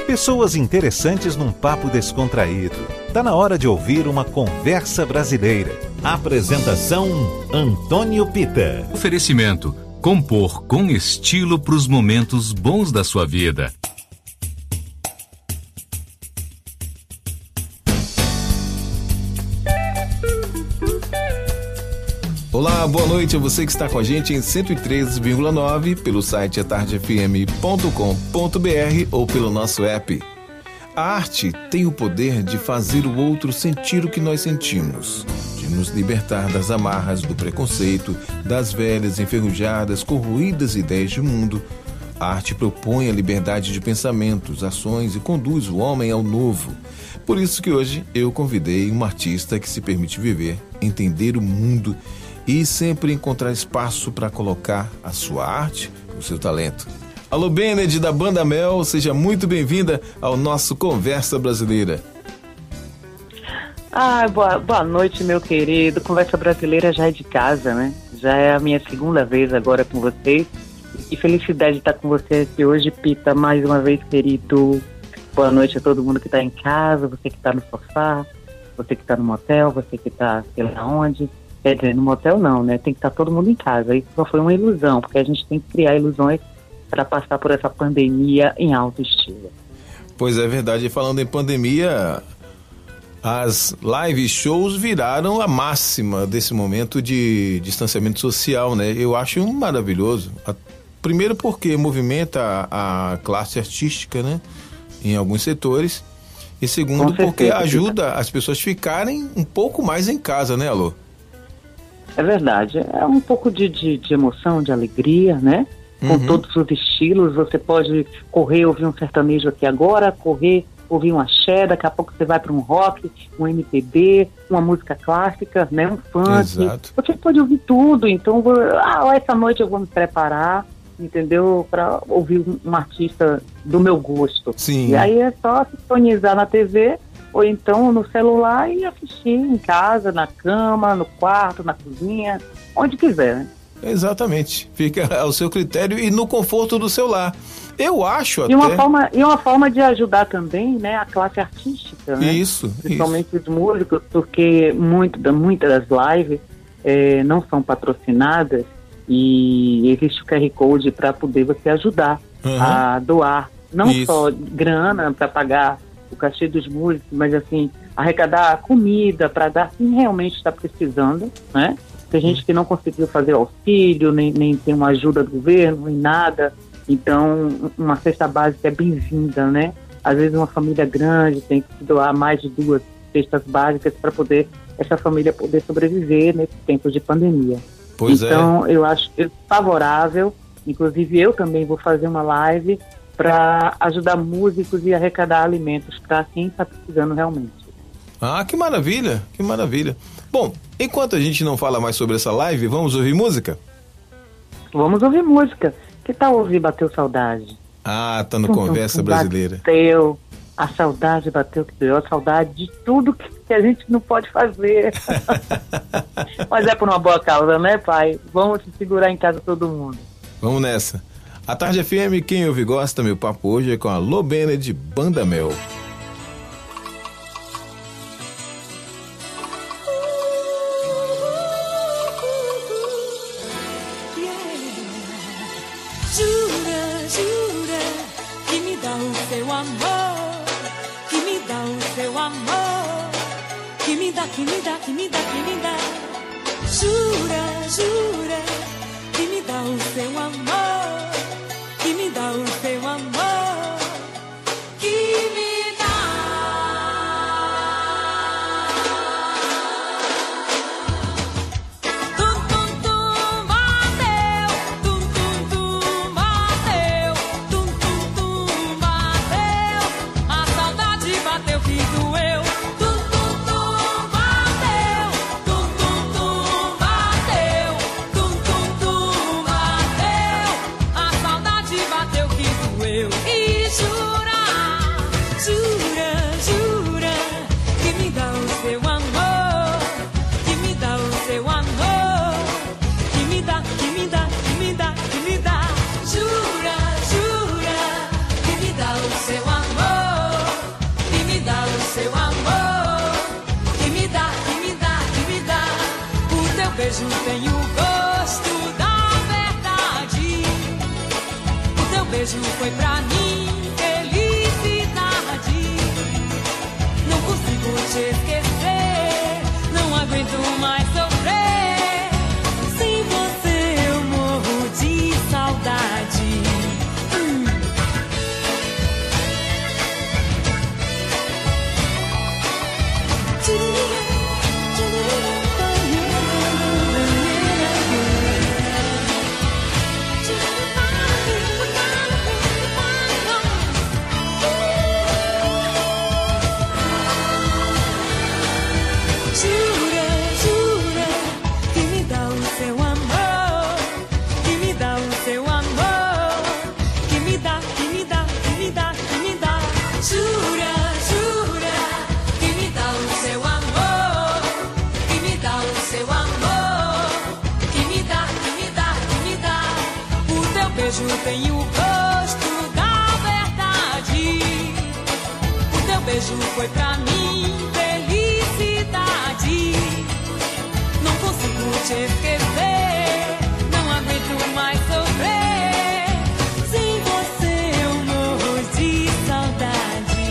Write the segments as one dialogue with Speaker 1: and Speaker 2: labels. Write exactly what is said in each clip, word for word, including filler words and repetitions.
Speaker 1: Pessoas interessantes num papo descontraído. Tá na hora de ouvir uma conversa brasileira. Apresentação Antônio Pita.
Speaker 2: Oferecimento: compor com estilo para os momentos bons da sua vida.
Speaker 3: Olá, boa noite a você que está com a gente em cento e três vírgula nove pelo site a tarde f m ponto com ponto b r ou pelo nosso app. A arte tem o poder de fazer o outro sentir o que nós sentimos, de nos libertar das amarras do preconceito, das velhas, enferrujadas, corroídas ideias de mundo. A arte propõe a liberdade de pensamentos, ações e conduz o homem ao novo. Por isso que hoje eu convidei uma artista que se permite viver, entender o mundo e sempre encontrar espaço para colocar a sua arte, o seu talento. Alô, Bened, da Banda Mel, seja muito bem-vinda ao nosso Conversa Brasileira.
Speaker 4: Ah, boa, boa noite, meu querido. Conversa Brasileira já é de casa, né? Já é a minha segunda vez agora com vocês. E felicidade de estar com você aqui hoje, Pita, mais uma vez, querido. Boa noite a todo mundo que está em casa, você que está no sofá, você que está no motel, você que está sei lá onde. Quer dizer, no motel não, né? Tem que estar todo mundo em casa. Isso só foi uma ilusão, porque a gente tem que criar ilusões para passar por essa pandemia em alto estilo.
Speaker 3: Pois é verdade. E falando em pandemia, as live shows viraram a máxima desse momento de distanciamento social, né? Eu acho maravilhoso. Primeiro porque movimenta a classe artística, né? Em alguns setores. E segundo porque ajuda as pessoas a ficarem um pouco mais em casa, né, Alô?
Speaker 4: É verdade, é um pouco de, de, de emoção, de alegria, né? Com uhum. todos os estilos, você pode correr, ouvir um sertanejo aqui agora, correr, ouvir um axé, daqui a pouco você vai para um rock, um M P B, uma música clássica, né? Um funk.
Speaker 3: Exato.
Speaker 4: Você pode ouvir tudo, então, ah, essa noite eu vou me preparar, entendeu? Para ouvir um, um artista do meu gosto.
Speaker 3: Sim.
Speaker 4: E aí é só sintonizar na T V, ou então no celular e assistir em casa, na cama, no quarto, na cozinha, onde quiser, né?
Speaker 3: Exatamente, fica ao seu critério e no conforto do seu lar. Eu acho até...
Speaker 4: E uma forma, e uma forma de ajudar também, né, a classe artística, né?
Speaker 3: Isso,
Speaker 4: principalmente
Speaker 3: isso.
Speaker 4: os músicos, porque muito, muitas das lives é, não são patrocinadas e existe o Q R Code para poder você ajudar uhum. a doar, não isso. só grana para pagar o cachê dos músicos, mas assim, arrecadar comida para dar quem realmente está precisando, né? Tem gente que não conseguiu fazer auxílio, nem, nem tem uma ajuda do governo, nem nada. Então, uma cesta básica é bem-vinda, né? Às vezes uma família grande tem que doar mais de duas cestas básicas para poder, essa família poder sobreviver nesse tempo de pandemia.
Speaker 3: Pois
Speaker 4: então,
Speaker 3: é.
Speaker 4: eu acho favorável, inclusive eu também vou fazer uma live para ajudar músicos e arrecadar alimentos para quem está precisando realmente.
Speaker 3: Ah, que maravilha, que maravilha. Bom, enquanto a gente não fala mais sobre essa live, vamos ouvir música?
Speaker 4: Vamos ouvir música. Que tal ouvir Bateu Saudade?
Speaker 3: Ah, tá no tum, Conversa tum, tum, Brasileira.
Speaker 4: Bateu, a saudade bateu que deu, a saudade de tudo que a gente não pode fazer. Mas é por uma boa causa, né, pai? Vamos se segurar em casa todo mundo.
Speaker 3: Vamos nessa. A Tarde F M, quem ouve gosta, meu papo hoje é com a Lô Bened, Banda Mel.
Speaker 5: Jura, jura, que me dá o seu amor, que me dá o seu amor, que me dá, que me dá, que me dá, que me dá. Jura, jura, que me dá o seu amor, que me dá o seu amor, que me seu amor. beijo foi pra mim felicidade. Não consigo te esquecer, não aguento mais sofrer. Sem você eu morro de saudade. Hum. Tem o gosto da verdade. O teu beijo foi pra mim felicidade. Não consigo te esquecer, não aguento mais sofrer. Sem você eu morro de saudade.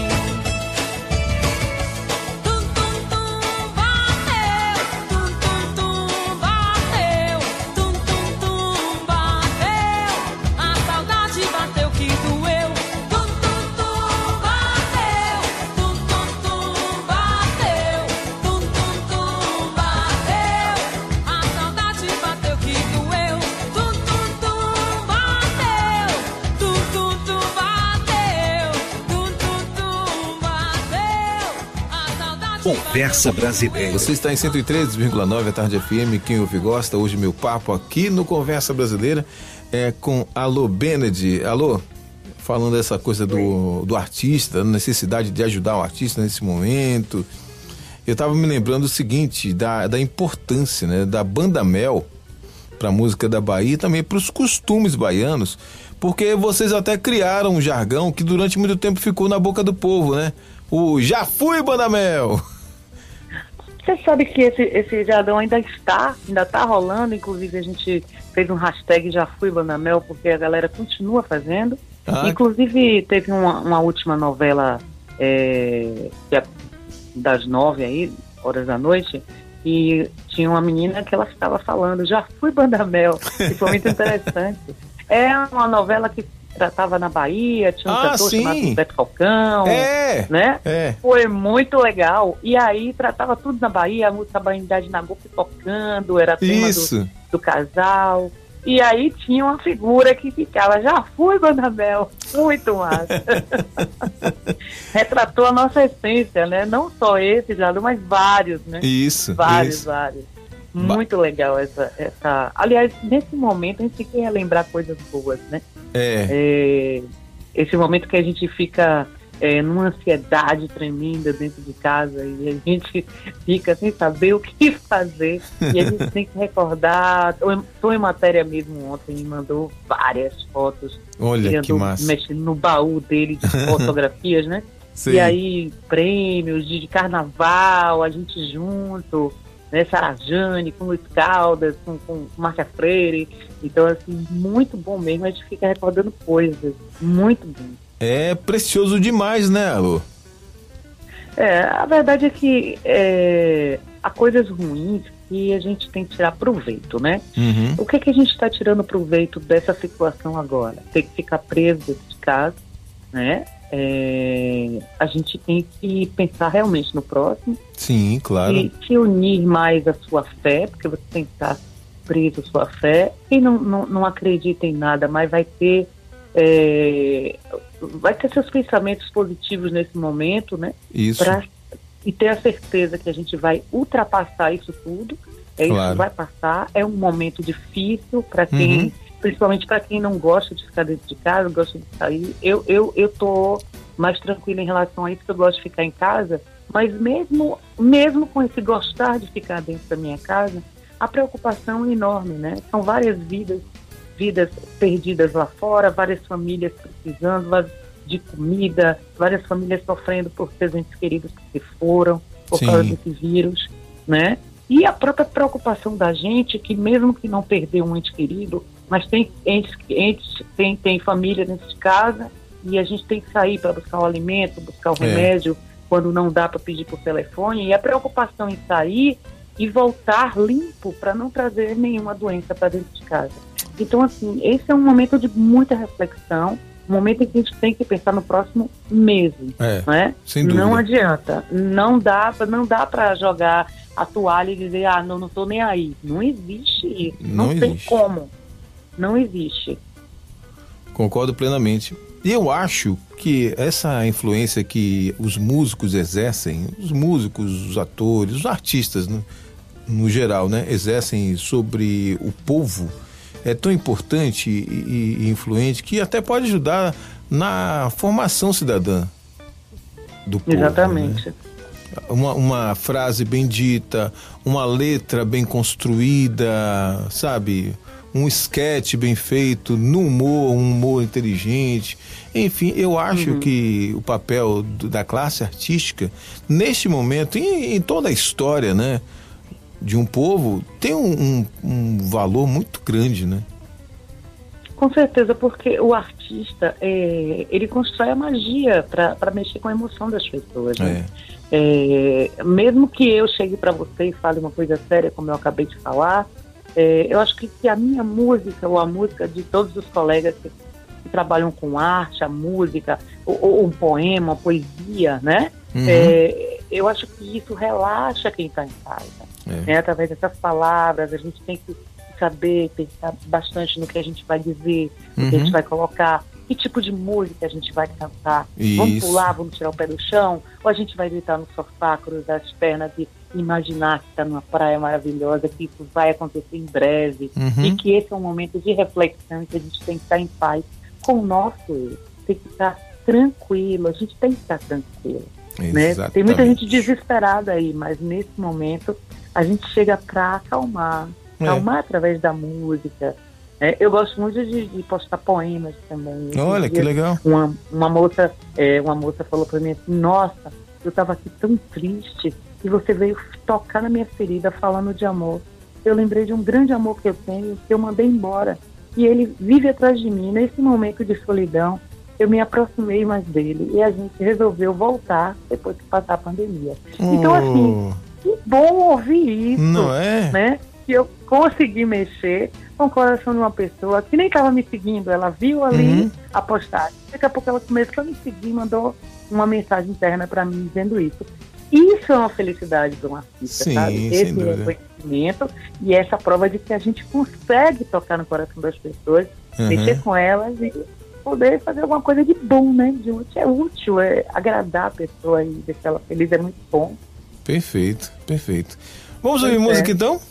Speaker 5: Tum, tum, tum, bateu. Tum, tum, tum, bateu. Tum, tum, tum, bateu. A saudade bateu que doeu. Tum, tum, tum, bateu. Tum, tum, tum, bateu. Tum, tum, tum, bateu. A saudade bateu que doeu. Tum, tum, tum, bateu. Tum, tum, tum, bateu. Tum, tum, tum, bateu. A saudade
Speaker 1: Conversa Brasileira.
Speaker 3: Você está em cento e três vírgula nove, a Tarde F M, quem ouve gosta. Hoje meu papo aqui no Conversa Brasileira é com Alô Benedy. Alô, falando dessa coisa do, do artista, da necessidade de ajudar o artista nesse momento. Eu estava me lembrando o seguinte, da, da importância, né, da Banda Mel para a música da Bahia e também para os costumes baianos, porque vocês até criaram um jargão que durante muito tempo ficou na boca do povo, né? O Já Fui Banda Mel!
Speaker 4: Você sabe que esse, esse jargão ainda está, ainda está rolando, inclusive a gente fez um hashtag Já Fui Banda Mel, porque a galera continua fazendo.
Speaker 3: Ah.
Speaker 4: Inclusive teve uma, uma última novela é, das nove aí, horas da noite, e tinha uma menina que ela estava falando, já fui Banda Mel, e foi muito interessante. É uma novela que tratava na Bahia, tinha um
Speaker 3: Ah,
Speaker 4: cantor
Speaker 3: sim.
Speaker 4: chamado Beto Falcão,
Speaker 3: É,
Speaker 4: né?
Speaker 3: é.
Speaker 4: Foi muito legal. E aí tratava tudo na Bahia, a música Baindade na Golpe tocando, era tema
Speaker 3: Isso.
Speaker 4: do, do casal. E aí tinha uma figura que ficava, já fui Banda Mel, muito massa. Retratou a nossa essência, né? Não só esse, Jado, mas vários, né?
Speaker 3: Isso.
Speaker 4: Vários,
Speaker 3: isso.
Speaker 4: vários. Muito legal essa, essa... Aliás, nesse momento a gente quer lembrar coisas boas, né?
Speaker 3: É.
Speaker 4: É, esse momento que a gente fica é, numa ansiedade tremenda dentro de casa e a gente fica sem saber o que fazer e a gente tem que recordar. Estou em matéria mesmo ontem, me mandou várias fotos.
Speaker 3: Olha que massa.
Speaker 4: Mexendo no baú dele de fotografias, né?
Speaker 3: Sim.
Speaker 4: E aí, prêmios de, de carnaval, a gente junto, né? Sarajane, com Luiz Caldas, com, com Márcia Freire. Então, assim, muito bom mesmo, a gente fica recordando coisas, muito bom.
Speaker 3: É precioso demais, né, Alô?
Speaker 4: É, a verdade é que é, há coisas ruins que a gente tem que tirar proveito, né?
Speaker 3: Uhum.
Speaker 4: O que é que a gente está tirando proveito dessa situação agora? Tem que ficar preso dentro de casa, né? É, a gente tem que pensar realmente no próximo.
Speaker 3: Sim, claro.
Speaker 4: E se unir mais à sua fé, porque você tem que estar preso à sua fé. Quem não, não, não acredita em nada, mas vai ter é, vai ter seus pensamentos positivos nesse momento, né?
Speaker 3: Isso.
Speaker 4: Pra, e ter a certeza que a gente vai ultrapassar isso tudo. É,
Speaker 3: Claro.
Speaker 4: Isso vai passar. É um momento difícil para quem,
Speaker 3: Uhum.
Speaker 4: principalmente para quem não gosta de ficar dentro de casa, gosta de sair. Eu, eu, eu tô mais tranquila em relação a isso, que eu gosto de ficar em casa. Mas mesmo, mesmo com esse gostar de ficar dentro da minha casa, a preocupação é enorme, né? São várias vidas, vidas perdidas lá fora, várias famílias precisando de comida, várias famílias sofrendo por seus entes queridos que se foram por
Speaker 3: Sim.
Speaker 4: causa desse vírus, né? E a própria preocupação da gente, que mesmo que não perder um ente querido, mas tem, entes, entes, tem, tem família dentro de casa e a gente tem que sair para buscar o alimento, buscar o
Speaker 3: É.
Speaker 4: remédio, quando não dá para pedir por telefone, e a preocupação em sair e voltar limpo para não trazer nenhuma doença para dentro de casa. Então, assim, esse é um momento de muita reflexão, um momento em que a gente tem que pensar no próximo mês,
Speaker 3: É,
Speaker 4: né?
Speaker 3: sem dúvida.
Speaker 4: Não adianta, não dá, não dá para jogar a toalha e dizer, ah, não, não tô nem aí. Não existe isso, não,
Speaker 3: Não
Speaker 4: tem
Speaker 3: existe.
Speaker 4: como, não existe.
Speaker 3: Concordo plenamente. E eu acho que essa influência que os músicos exercem, os músicos, os atores, os artistas, né, no geral, né, exercem sobre o povo, é tão importante e, e influente que até pode ajudar na formação cidadã do povo.
Speaker 4: Exatamente.
Speaker 3: Né? Uma, uma frase bem dita, uma letra bem construída, sabe? Um esquete bem feito, no humor, um humor inteligente. Enfim, eu acho
Speaker 4: Uhum.
Speaker 3: que o papel do, da classe artística, neste momento, em, em toda a história, né, de um povo, tem um, um, um valor muito grande, né?
Speaker 4: Com certeza, porque o artista, é, ele constrói a magia para mexer com a emoção das pessoas, né? É, mesmo que eu chegue para você e fale uma coisa séria, como eu acabei de falar, é, eu acho que se a minha música ou a música de todos os colegas que, que trabalham com arte, a música, ou, ou um poema, uma poesia, né?
Speaker 3: Uhum.
Speaker 4: É, eu acho que isso relaxa quem está em casa.
Speaker 3: É.
Speaker 4: Né? Através dessas palavras, a gente tem que saber, pensar bastante no que a gente vai dizer, no
Speaker 3: Uhum.
Speaker 4: que a gente vai colocar, que tipo de música a gente vai cantar.
Speaker 3: Isso.
Speaker 4: Vamos pular, vamos tirar o pé do chão, ou a gente vai deitar no sofá, cruzar as pernas e imaginar que está numa praia maravilhosa, que isso vai acontecer em breve,
Speaker 3: Uhum.
Speaker 4: e que esse é um momento de reflexão, que a gente tem que estar em paz com o nosso eu, tem que estar tranquilo, a gente tem que estar tranquilo. Né? Tem muita gente desesperada aí, mas nesse momento a gente chega para acalmar,
Speaker 3: É.
Speaker 4: acalmar através da música. É, eu gosto muito de, de postar poemas também.
Speaker 3: Olha,
Speaker 4: Esses
Speaker 3: que
Speaker 4: dias,
Speaker 3: legal.
Speaker 4: Uma, uma, moça, é, uma moça falou para mim assim, nossa, eu estava aqui tão triste e você veio tocar na minha ferida falando de amor. Eu lembrei de um grande amor que eu tenho, que eu mandei embora. E ele vive atrás de mim. Nesse momento de solidão, eu me aproximei mais dele e a gente resolveu voltar depois que passar a pandemia. Então, assim, que bom ouvir isso,
Speaker 3: Não é?
Speaker 4: né? Que eu consegui mexer com o coração de uma pessoa que nem estava me seguindo. Ela viu ali
Speaker 3: Uhum.
Speaker 4: a postagem. Daqui a pouco ela começou a me seguir, mandou uma mensagem interna para mim dizendo isso. Isso é uma felicidade para um artista,
Speaker 3: Sim,
Speaker 4: sabe?
Speaker 3: sem
Speaker 4: Esse
Speaker 3: dúvida.
Speaker 4: reconhecimento e essa prova de que a gente consegue tocar no coração das pessoas,
Speaker 3: Uhum.
Speaker 4: mexer com elas e poder fazer alguma coisa de bom, né? De útil, é útil, é agradar a pessoa e deixar ela feliz, é muito bom.
Speaker 3: Perfeito, perfeito. Vamos ouvir
Speaker 4: Pois é.
Speaker 3: música então?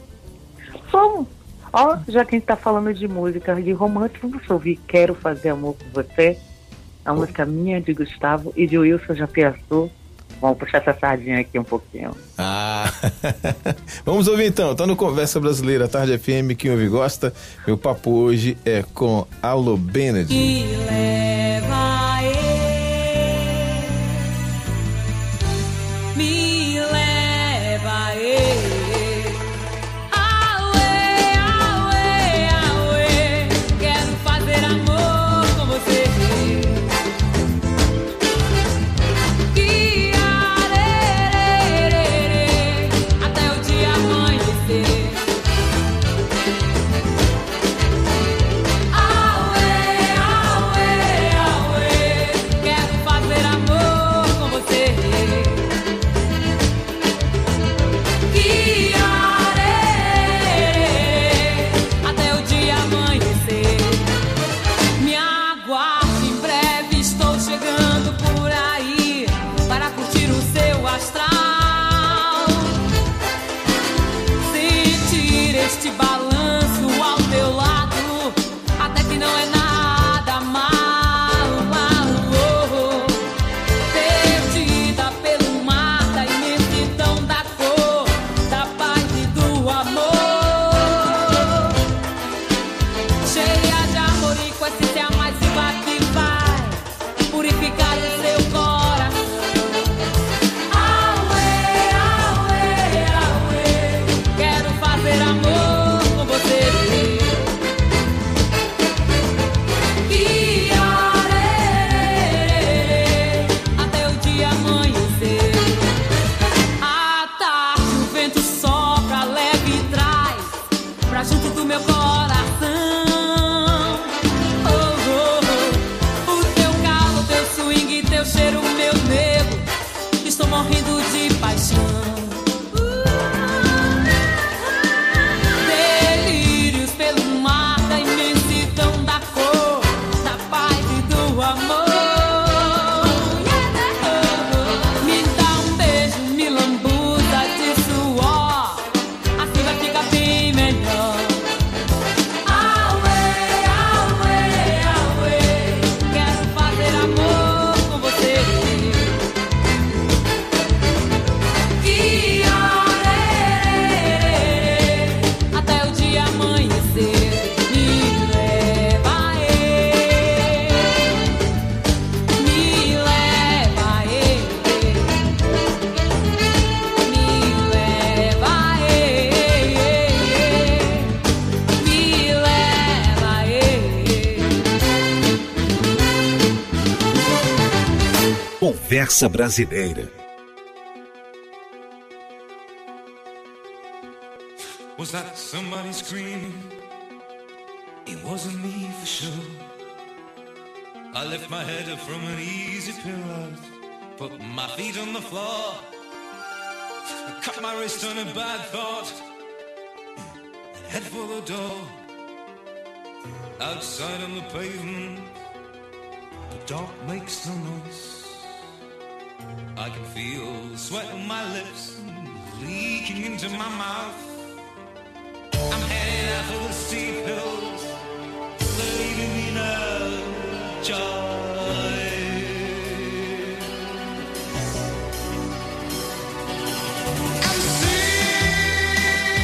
Speaker 4: Vamos! Ó, já que a gente tá falando de música, de romântico, vamos ouvir Quero Fazer Amor com Você, a música minha, de Gustavo e de Wilson Japiaçu. Vamos puxar essa sardinha aqui um pouquinho.
Speaker 3: Ah, vamos ouvir então. Tá no Conversa Brasileira, Tarde F M, quem ouve gosta. Meu papo hoje é com Alô Bened.
Speaker 5: Me leva eu, me leva eu. Auê, auê, auê, quero fazer amor com você. Que arerê, até o dia amanhecer. Auê, auê,
Speaker 1: Conversa Brasileira.
Speaker 6: Was that somebody screaming? It wasn't me for sure. I lift my head up from an easy pillow, put my feet on the floor, I cut my wrist on a bad thought, and head for the door. Outside on the pavement, the dark makes no noise. I can feel sweat on my lips, leaking into my mouth. I'm heading out for the steep hills, leaving me no choice. I'm seeing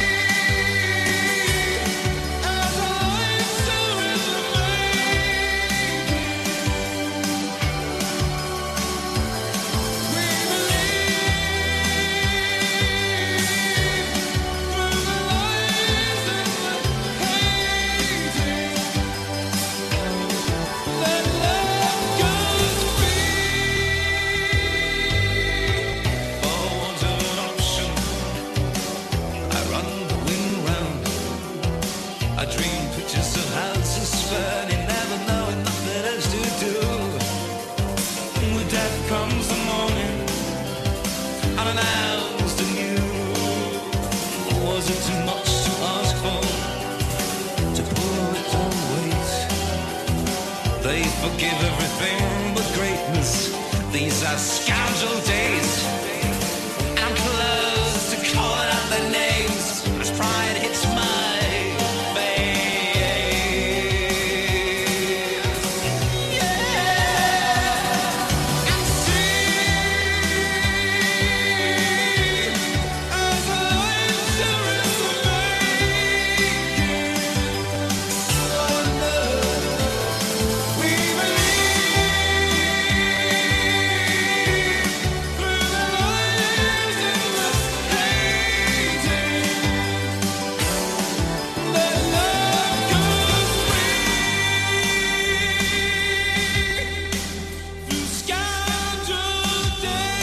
Speaker 6: as I still in the making. We believe through the lies and the hating that love goes free. For want of an option, I run the wind round. I dream pictures of houses burning, never knowing nothing else to do. When death comes the morning, unannounced and new. Was it too much to ask for, to pull it on weight? They forgive everything but greatness. These are scoundrel days. I'm close to calling out their names as pride hits my face. Yeah, I'm seeing as lights are in the making. We believe through the lies and the hating that love goes free. Through scoundrel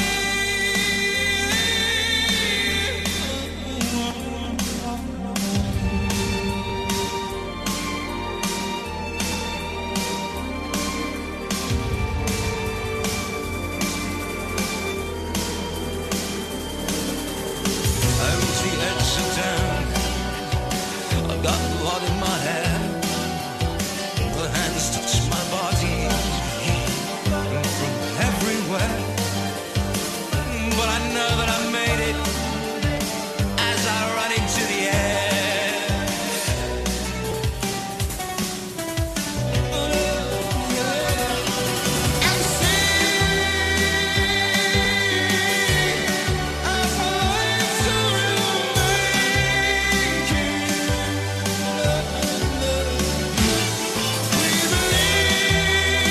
Speaker 6: I reach the edge of town. I've got blood in my hair. The hands touch my body from everywhere. But I know that I made it as I run into the air. I'm seeing as lights are in the making. We believe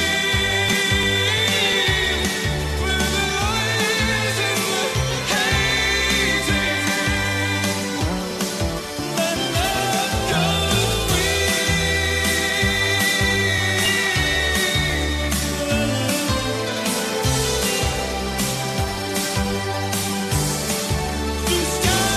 Speaker 6: through the lies and the hating that love goes free. Through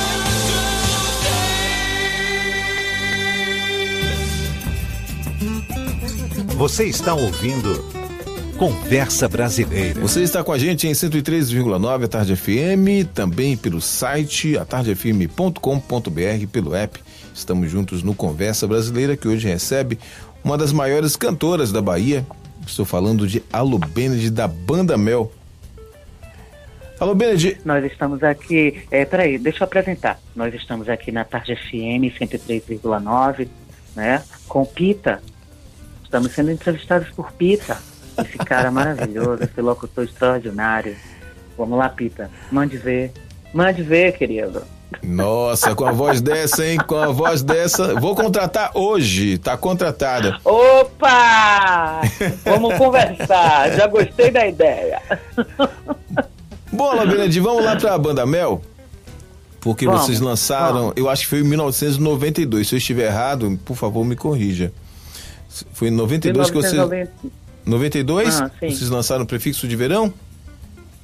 Speaker 6: scoundrel days.
Speaker 1: Você está ouvindo Conversa Brasileira.
Speaker 3: Você está com a gente em cento e três vírgula nove a Tarde F M, também pelo site a tarde f m ponto com ponto b r, pelo app. Estamos juntos no Conversa Brasileira, que hoje recebe uma das maiores cantoras da Bahia. Estou falando de Alô Bened, da Banda Mel. Alô Bened,
Speaker 4: Nós estamos aqui, é, peraí, deixa eu apresentar. Nós estamos aqui na Tarde F M cento e três vírgula nove, né, com Pita. Estamos sendo entrevistados por Pita, esse cara maravilhoso, esse locutor extraordinário. Vamos lá, Pita, mande ver, mande ver, querido.
Speaker 3: nossa, com a voz dessa, hein? Com a voz dessa, vou contratar hoje, tá contratada.
Speaker 4: Opa! Vamos conversar, já gostei da ideia.
Speaker 3: Bom, Alô Bened, vamos lá pra Banda Mel? Porque
Speaker 4: Vamos,
Speaker 3: vocês lançaram,
Speaker 4: vamos.
Speaker 3: eu acho que foi em mil novecentos e noventa e dois. Se eu estiver errado, por favor, me corrija. Foi em noventa e dois que vocês... noventa e dois?
Speaker 4: Ah, sim.
Speaker 3: Vocês lançaram o Prefixo de Verão?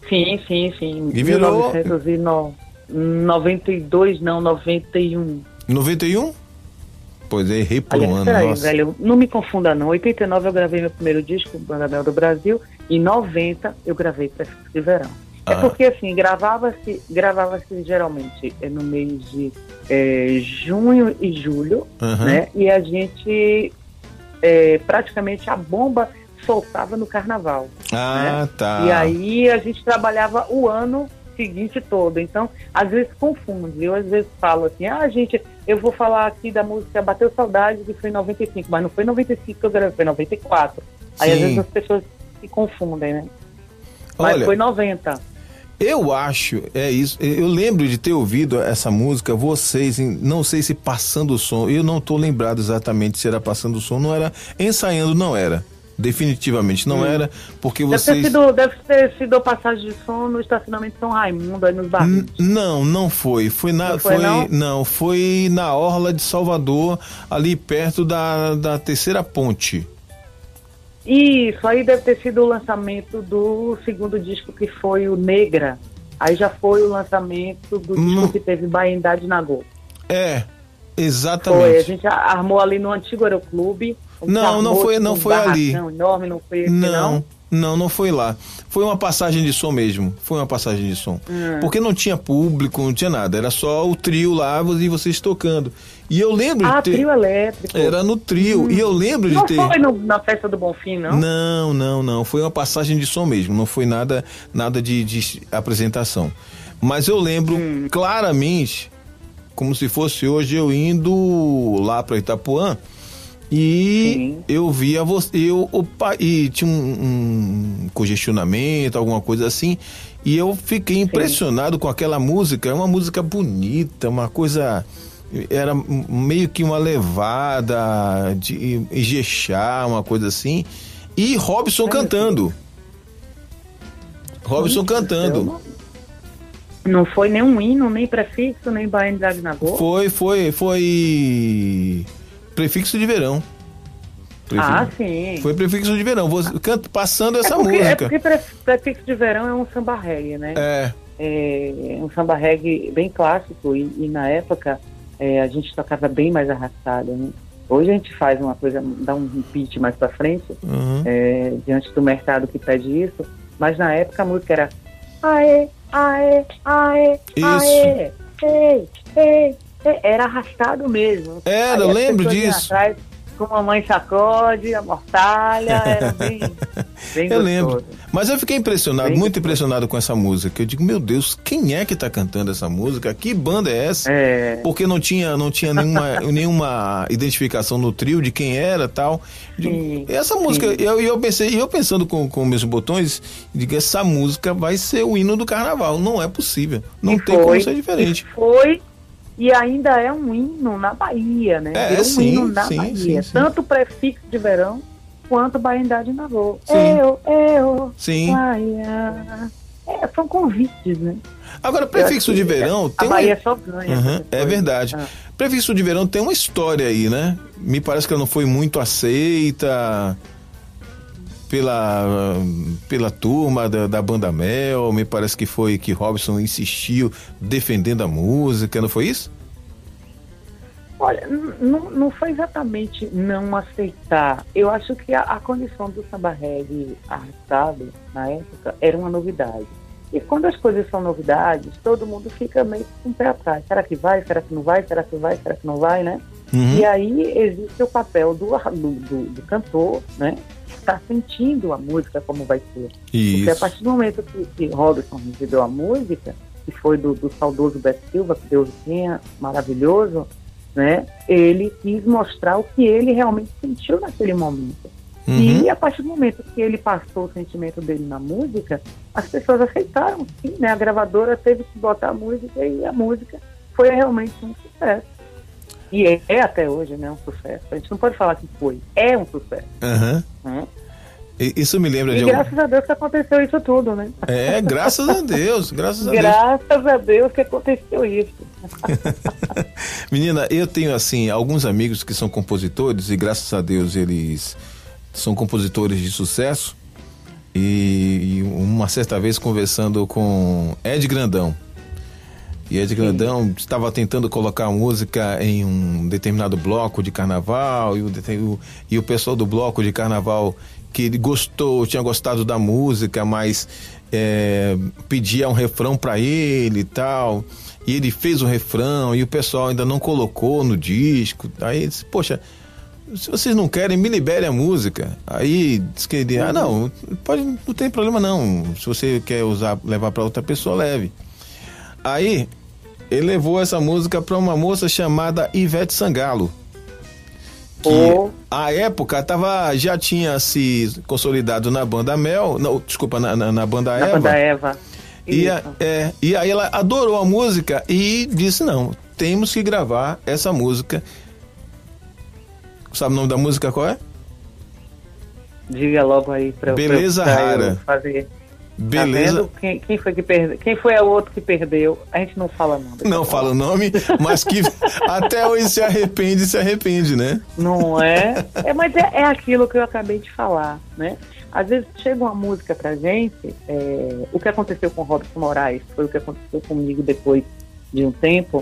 Speaker 4: Sim, sim, sim.
Speaker 3: E virou...
Speaker 4: mil novecentos e noventa e dois, não, noventa e um.
Speaker 3: noventa e um? Pois é, errei por
Speaker 4: Aliás,
Speaker 3: um ano,
Speaker 4: peraí,
Speaker 3: nossa.
Speaker 4: velho, não me confunda não. Em oitenta e nove eu gravei meu primeiro disco, Banda Mel do Brasil, e em noventa eu gravei Prefixo de Verão. É
Speaker 3: Ah.
Speaker 4: porque assim, gravava-se gravava-se geralmente é, no mês de é, junho e julho,
Speaker 3: Uhum.
Speaker 4: né? E a gente é, praticamente a bomba soltava no carnaval.
Speaker 3: Ah,
Speaker 4: né?
Speaker 3: tá.
Speaker 4: E aí a gente trabalhava o ano seguinte todo. Então, às vezes confunde. Eu às vezes falo assim, ah, gente, eu vou falar aqui da música Bateu Saudade, que foi em noventa e cinco, mas não foi em noventa e cinco que eu gravei, foi em noventa e quatro. Aí às
Speaker 3: Sim.
Speaker 4: vezes as pessoas se confundem, né? Mas
Speaker 3: Olha,
Speaker 4: foi noventa.
Speaker 3: eu acho, é isso, eu lembro de ter ouvido essa música, vocês, em- não sei se Passando o Som, eu não tô lembrado exatamente se era Passando o Som, não era, Ensaiando não era, definitivamente não
Speaker 4: Hum.
Speaker 3: era, porque
Speaker 4: Deve
Speaker 3: vocês...
Speaker 4: ter, sido, deve ter sido passagem de som no estacionamento de São Raimundo, aí nos
Speaker 3: N-
Speaker 4: barrinhos.
Speaker 3: Não, não foi. Foi na,
Speaker 4: Não foi,
Speaker 3: foi,
Speaker 4: não?
Speaker 3: foi na orla de Salvador, ali perto da, da terceira ponte.
Speaker 4: Isso, aí deve ter sido o lançamento do segundo disco, que foi o Negra. Aí já foi o lançamento do
Speaker 3: Hum.
Speaker 4: disco que teve Baindade Nagô.
Speaker 3: É,
Speaker 4: Foi, a
Speaker 3: exatamente.
Speaker 4: gente armou ali no antigo Aeroclube. A gente
Speaker 3: Não, não
Speaker 4: armou,
Speaker 3: foi-
Speaker 4: tipo,
Speaker 3: não
Speaker 4: um
Speaker 3: foi ali.
Speaker 4: barracão enorme, não foi esse,
Speaker 3: Não,
Speaker 4: não?
Speaker 3: não, não foi lá. Foi uma passagem de som mesmo. Foi uma passagem de som.
Speaker 4: Hum.
Speaker 3: Porque não tinha público, não tinha nada. Era só o trio lá e vocês tocando. E eu lembro
Speaker 4: Ah,
Speaker 3: de ter.
Speaker 4: trio elétrico.
Speaker 3: Era no trio. E eu lembro de
Speaker 4: Não
Speaker 3: ter.
Speaker 4: foi no- na festa do Bonfim, não?
Speaker 3: Não, não, não. Foi uma passagem de som mesmo. Não foi nada, nada de, de apresentação. Mas eu lembro
Speaker 4: Hum.
Speaker 3: claramente, como se fosse hoje, eu indo lá para Itapuã e
Speaker 4: Sim.
Speaker 3: eu via você. Eu, opa, e tinha um, um congestionamento, alguma coisa assim. E eu fiquei impressionado com aquela música. É uma música bonita, uma coisa. Era meio que uma levada de Ijexá, uma coisa assim. E Robson cantando. Robson cantando.
Speaker 4: Eu não- Não foi nem um hino, nem prefixo, nem Baindade Nagô.
Speaker 3: Foi, foi, foi. Prefixo de verão. Prefixo-
Speaker 4: Ah, sim.
Speaker 3: Foi prefixo de verão. Você canta, passando essa
Speaker 4: é porque,
Speaker 3: música.
Speaker 4: É porque pre- prefixo de verão é um samba reggae, né?
Speaker 3: É.
Speaker 4: É um samba reggae bem clássico e, e na época é, a gente tocava bem mais arrastado, né? Hoje a gente faz uma coisa, dá um pitch mais pra frente,
Speaker 3: Uhum.
Speaker 4: é, diante do mercado que pede isso, mas na época a música era aê, aê, aê,
Speaker 3: Isso.
Speaker 4: aê, ei, ei, ei, era arrastado mesmo.
Speaker 3: Era,
Speaker 4: Aí
Speaker 3: eu
Speaker 4: as
Speaker 3: lembro
Speaker 4: pessoas iam
Speaker 3: disso.
Speaker 4: atrás, com a mamãe sacode, a mortalha, era bem, bem
Speaker 3: Eu
Speaker 4: gostoso.
Speaker 3: lembro. Mas eu fiquei impressionado,
Speaker 4: Bem
Speaker 3: muito
Speaker 4: gostoso.
Speaker 3: impressionado com essa música. Eu digo, meu Deus, quem é que tá cantando essa música? Que banda é essa?
Speaker 4: É,
Speaker 3: Porque não tinha, não tinha nenhuma, nenhuma identificação no trio de quem era tal. Digo,
Speaker 4: Sim,
Speaker 3: essa música,
Speaker 4: sim.
Speaker 3: eu, eu pensei, eu pensando com, com meus botões, digo, essa música vai ser o hino do carnaval. Não é possível. Não
Speaker 4: E
Speaker 3: tem
Speaker 4: foi,
Speaker 3: como ser diferente.
Speaker 4: e foi e ainda é um hino na Bahia, né?
Speaker 3: É,
Speaker 4: Virou um
Speaker 3: sim,
Speaker 4: hino na
Speaker 3: sim,
Speaker 4: Bahia.
Speaker 3: sim, sim.
Speaker 4: Tanto o prefixo de verão quanto Baindade Nagô.
Speaker 3: Sim.
Speaker 4: Eu, eu,
Speaker 3: Sim.
Speaker 4: Bahia. É, são convites, né?
Speaker 3: Agora, prefixo
Speaker 4: Eu
Speaker 3: de
Speaker 4: acho que
Speaker 3: verão
Speaker 4: A
Speaker 3: tem uma...
Speaker 4: Bahia só ganha.
Speaker 3: Uhum,
Speaker 4: essas
Speaker 3: é
Speaker 4: coisas.
Speaker 3: verdade.
Speaker 4: Ah.
Speaker 3: Prefixo de verão tem uma história aí, né? Me parece que ela não foi muito aceita pela, pela turma da, da Banda Mel. Me parece que foi que Robson insistiu defendendo a música, não foi isso?
Speaker 4: Olha, n- não, não foi exatamente não aceitar. Eu acho que a, a condição do samba reggae arrastado, na época, era uma novidade. E quando as coisas são novidades, todo mundo fica meio com o pé atrás. Será que vai? Será que não vai? Será que vai? Será que não vai, né?
Speaker 3: Uhum.
Speaker 4: E aí existe o papel do, do, do, do cantor, né? Está sentindo a música como vai ser. Porque a
Speaker 3: Isso.
Speaker 4: partir do momento que, que Robson recebeu a música, que foi do, do saudoso Beto Silva, que Deus o tenha, maravilhoso, né? Ele quis mostrar o que ele realmente sentiu naquele momento.
Speaker 3: Uhum.
Speaker 4: E a partir do momento que ele passou o sentimento dele na música, as pessoas aceitaram, sim, né? A gravadora teve que botar a música e a música foi realmente um sucesso. E é, é até hoje, né? Um sucesso. A gente não pode falar que foi, é um sucesso.
Speaker 3: Uhum.
Speaker 4: Né?
Speaker 3: E- Isso me lembra
Speaker 4: E
Speaker 3: de algum...
Speaker 4: graças a Deus que aconteceu isso tudo, né?
Speaker 3: É, graças a Deus, graças a Deus.
Speaker 4: Graças a Deus que aconteceu isso.
Speaker 3: Menina, eu tenho assim alguns amigos que são compositores e graças a Deus eles são compositores de sucesso e, e um uma certa vez conversando com Ed Grandão. E Ed Grandão Sim. estava tentando colocar música em um determinado bloco de carnaval, e o, e o pessoal do bloco de carnaval que ele gostou, tinha gostado da música, mas é, pedia um refrão para ele e tal, e ele fez o refrão e o pessoal ainda não colocou no disco. Aí ele disse, poxa, se vocês não querem, me liberem a música. Aí disse que ele, ah não, pode, não tem problema não, se você quer usar, levar para outra pessoa, leve. Aí, ele levou essa música para uma moça chamada Ivete Sangalo, que oh. à época tava, já tinha se consolidado na banda Mel, não, desculpa, na, na, na banda
Speaker 4: na
Speaker 3: Eva.
Speaker 4: Banda Eva.
Speaker 3: E, a, é, e aí ela adorou a música e disse, não, temos que gravar essa música. Sabe o nome da música qual é?
Speaker 4: Diga logo aí para eu
Speaker 3: Beleza
Speaker 4: pra
Speaker 3: Rara.
Speaker 4: Eu fazer.
Speaker 3: Beleza.
Speaker 4: Tá quem, quem foi que perdeu? Quem foi o outro que perdeu? A gente não fala nome.
Speaker 3: Não fala o nome, mas que até hoje se arrepende, se arrepende, né?
Speaker 4: Não é? É, mas é, é aquilo que eu acabei de falar, né? Às vezes chega uma música pra gente, é, o que aconteceu com o Robson Moraes foi o que aconteceu comigo depois de um tempo,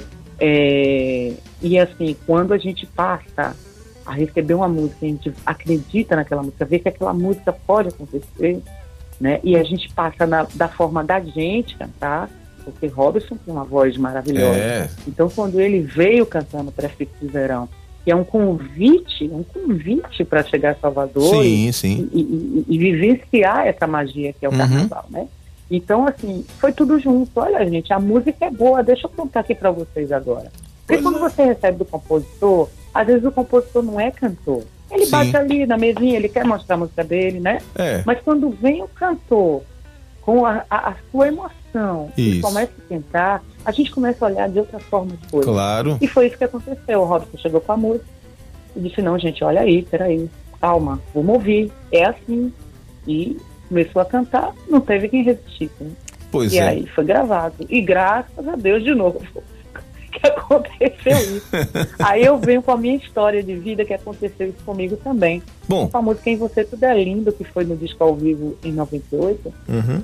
Speaker 4: é, e assim, quando a gente passa a receber uma música, a gente acredita naquela música, vê que aquela música pode acontecer, né? E a gente passa na, da forma da gente cantar, porque Robson tem uma voz maravilhosa. É. Então, quando ele veio cantando Prefixo de Verão, que é um convite, um convite para chegar a Salvador
Speaker 3: sim,
Speaker 4: e,
Speaker 3: sim.
Speaker 4: E, e, e vivenciar essa magia que é o uhum. carnaval, né? Então, assim, foi tudo junto. Olha, gente, a música é boa, deixa eu contar aqui para vocês agora. Porque pois quando é. você recebe do compositor, às vezes o compositor não é cantor. Ele Sim. bate ali na mesinha, ele quer mostrar a música dele, né? É. Mas quando vem o cantor com a, a, a sua emoção isso. e começa a cantar, a gente começa a olhar de outra forma de coisa.
Speaker 3: Claro.
Speaker 4: E foi isso que aconteceu. O Robson chegou com a música e disse, não, gente, olha aí, peraí, calma, vamos ouvir. É assim. E começou a cantar, não teve quem resistisse. Né?
Speaker 3: Pois
Speaker 4: e
Speaker 3: é.
Speaker 4: aí foi gravado. E graças a Deus, de novo, que aconteceu isso. Aí eu venho com a minha história de vida, que aconteceu isso comigo também.
Speaker 3: Bom.
Speaker 4: Com a música Em Você Tudo é Lindo, que foi no disco ao vivo em noventa e oito.
Speaker 3: Uhum.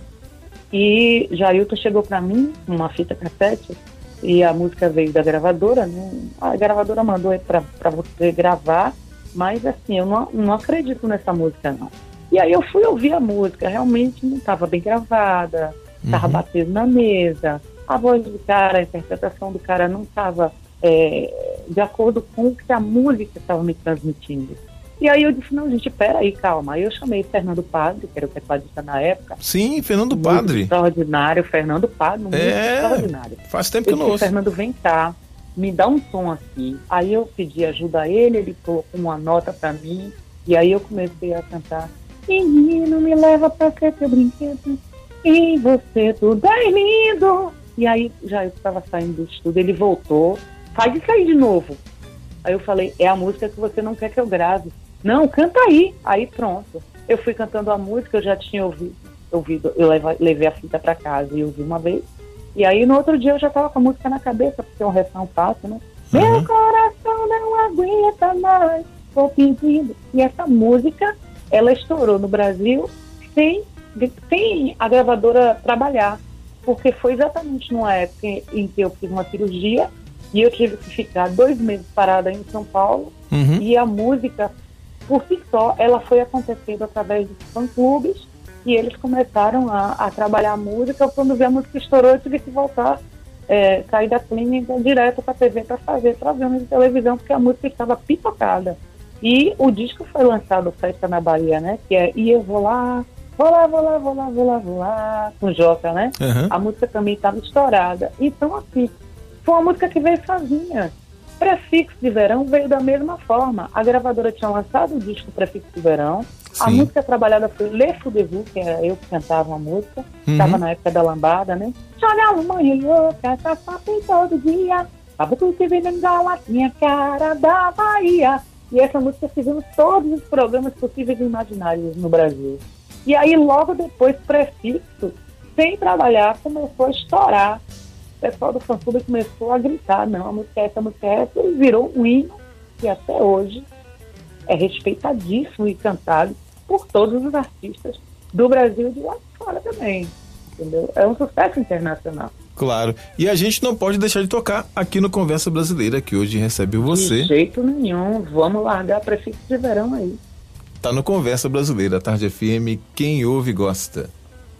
Speaker 4: E Jailton chegou pra mim, uma fita cassete, e a música veio da gravadora, né? A gravadora mandou pra, pra você gravar, mas assim, eu não, não acredito nessa música, não. E aí eu fui ouvir a música, realmente não estava bem gravada, estava uhum. batendo na mesa, a voz do cara, a interpretação do cara não estava é, de acordo com o que a música estava me transmitindo. E aí eu disse, não, gente, peraí, calma. Aí eu chamei Fernando Padre, que era o tecladista na época.
Speaker 3: Sim, Fernando Padre.
Speaker 4: Extraordinário, Fernando Padre, um é, extraordinário.
Speaker 3: Faz tempo que eu não ouço.
Speaker 4: Fernando, vem cá, me dá um tom aqui. Aí eu pedi ajuda a ele, ele colocou uma nota pra mim, e aí eu comecei a cantar. Menino, me leva pra ser teu brinquedo, e você tudo é lindo. E aí, já eu estava saindo do estúdio, ele voltou, faz isso aí de novo. Aí eu falei, é a música que você não quer que eu grave. Não, canta aí. Aí pronto. Eu fui cantando a música, eu já tinha ouvido, ouvido eu leva, levei a fita para casa e ouvi uma vez. E aí no outro dia eu já estava com a música na cabeça, porque é um refrão fácil, né? Uhum. Meu coração não aguenta mais, tô pedindo. E essa música, ela estourou no Brasil sem, sem a gravadora trabalhar. Porque foi exatamente numa época em que eu fiz uma cirurgia e eu tive que ficar dois meses parada em São Paulo. Uhum. E a música, por si só, ela foi acontecendo através dos fã-clubes e eles começaram a, a trabalhar a música. Quando vi a música estourou, eu tive que voltar, é, sair da clínica direto para a T V para fazer programa de televisão, porque a música estava pipocada. E o disco foi lançado, Festa na Bahia, né? Que é E Eu Vou Lá, Vou lá, vou lá, vou lá, vou lá, vou lá, com Joca, né? Uhum. A música também estava estourada. Então, assim, foi uma música que veio sozinha. Prefixo de Verão veio da mesma forma. A gravadora tinha lançado o disco Prefixo de Verão. Sim. A música trabalhada foi Le Fudevou, que era eu que cantava a música. Estava uhum. na época da lambada, né? Joga uma louca, tá sofrendo todo dia. Tava tudo que vem igual a minha cara da Bahia. E essa música fizemos todos os programas possíveis e imaginários no Brasil. E aí, logo depois, Prefixo, sem trabalhar, começou a estourar. O pessoal do fã-clube começou a gritar, não, a música é essa, a música é essa, e virou um hino que até hoje é respeitadíssimo e cantado por todos os artistas do Brasil e de lá de fora. fora também, entendeu? É um sucesso internacional.
Speaker 3: Claro. E a gente não pode deixar de tocar aqui no Conversa Brasileira, que hoje recebe você.
Speaker 4: De jeito nenhum. Vamos largar Prefixo de Verão aí.
Speaker 3: Tá no Conversa Brasileira, Tarde F M, quem ouve gosta.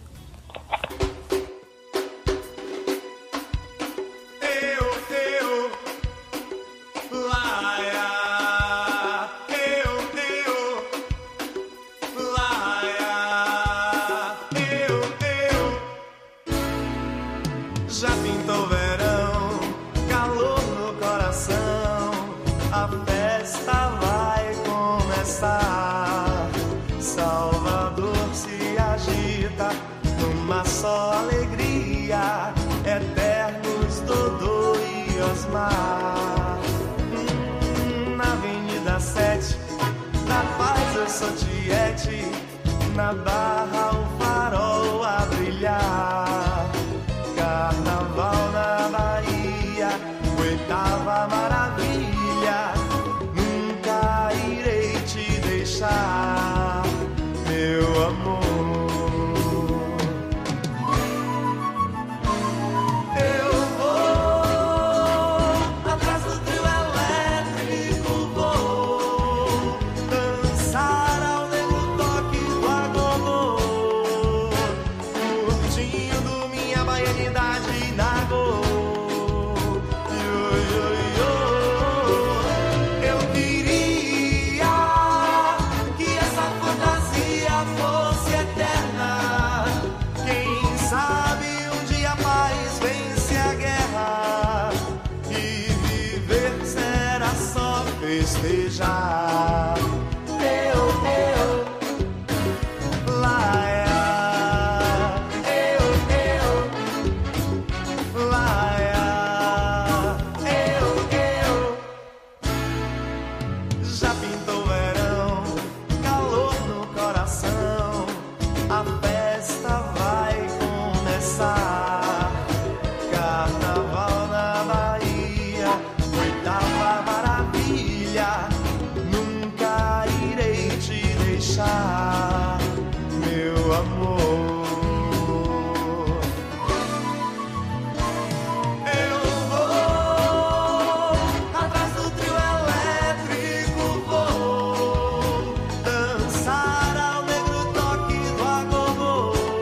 Speaker 7: Na Barra o farol a brilhar. Carnaval na Bahia, oitava maravilha. Nunca irei te deixar, meu amor. Eu vou atrás do trio elétrico, vou dançar ao negro toque do agogô, curtindo minha baianidade na go. Eu queria que essa fantasia fosse eterna. Quem sabe um dia a paz vence a guerra e viver será só festejar. Eu, eu, laia, eu, eu, laia, eu, eu. Já pintou o verão, calor no coração, a festa vai começar. Carnaval na Bahia, oitava maravilha. Nunca irei te deixar, meu amor. Eu vou atrás do trio elétrico, vou dançar ao negro toque do agogô,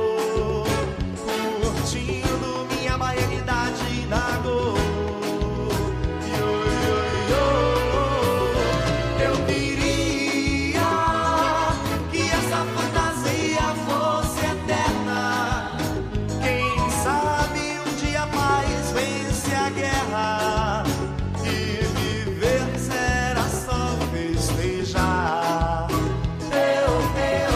Speaker 7: curtindo minha baianidade na go. Yo, yo, yo. Eu queria que essa fantasia fosse eterna. Quem sabe um dia a paz vence a guerra e viver será só festejar. Eu, eu,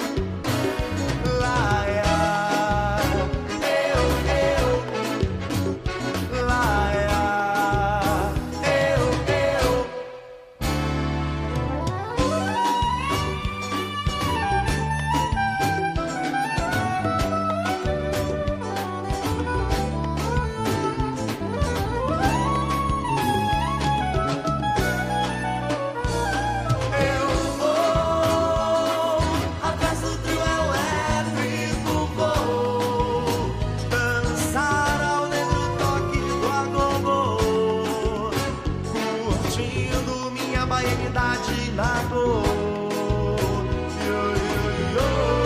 Speaker 7: laia, eu, eu, laia, eu, eu. Eu vou atrás do trio elétrico, vou dançar ao negro toque do agogô, curtindo minha baianidade na go. Yo, yo, yo.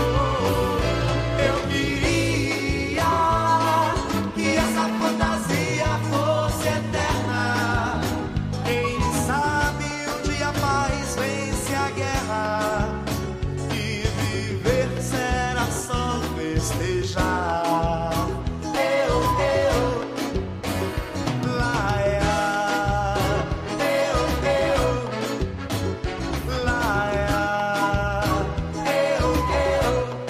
Speaker 7: Eu queria que essa fantasia fosse eterna. Quem sabe um dia a paz vence a guerra e viver será só festejar. Eu, eu, laia, eu, eu, laia, eu, eu,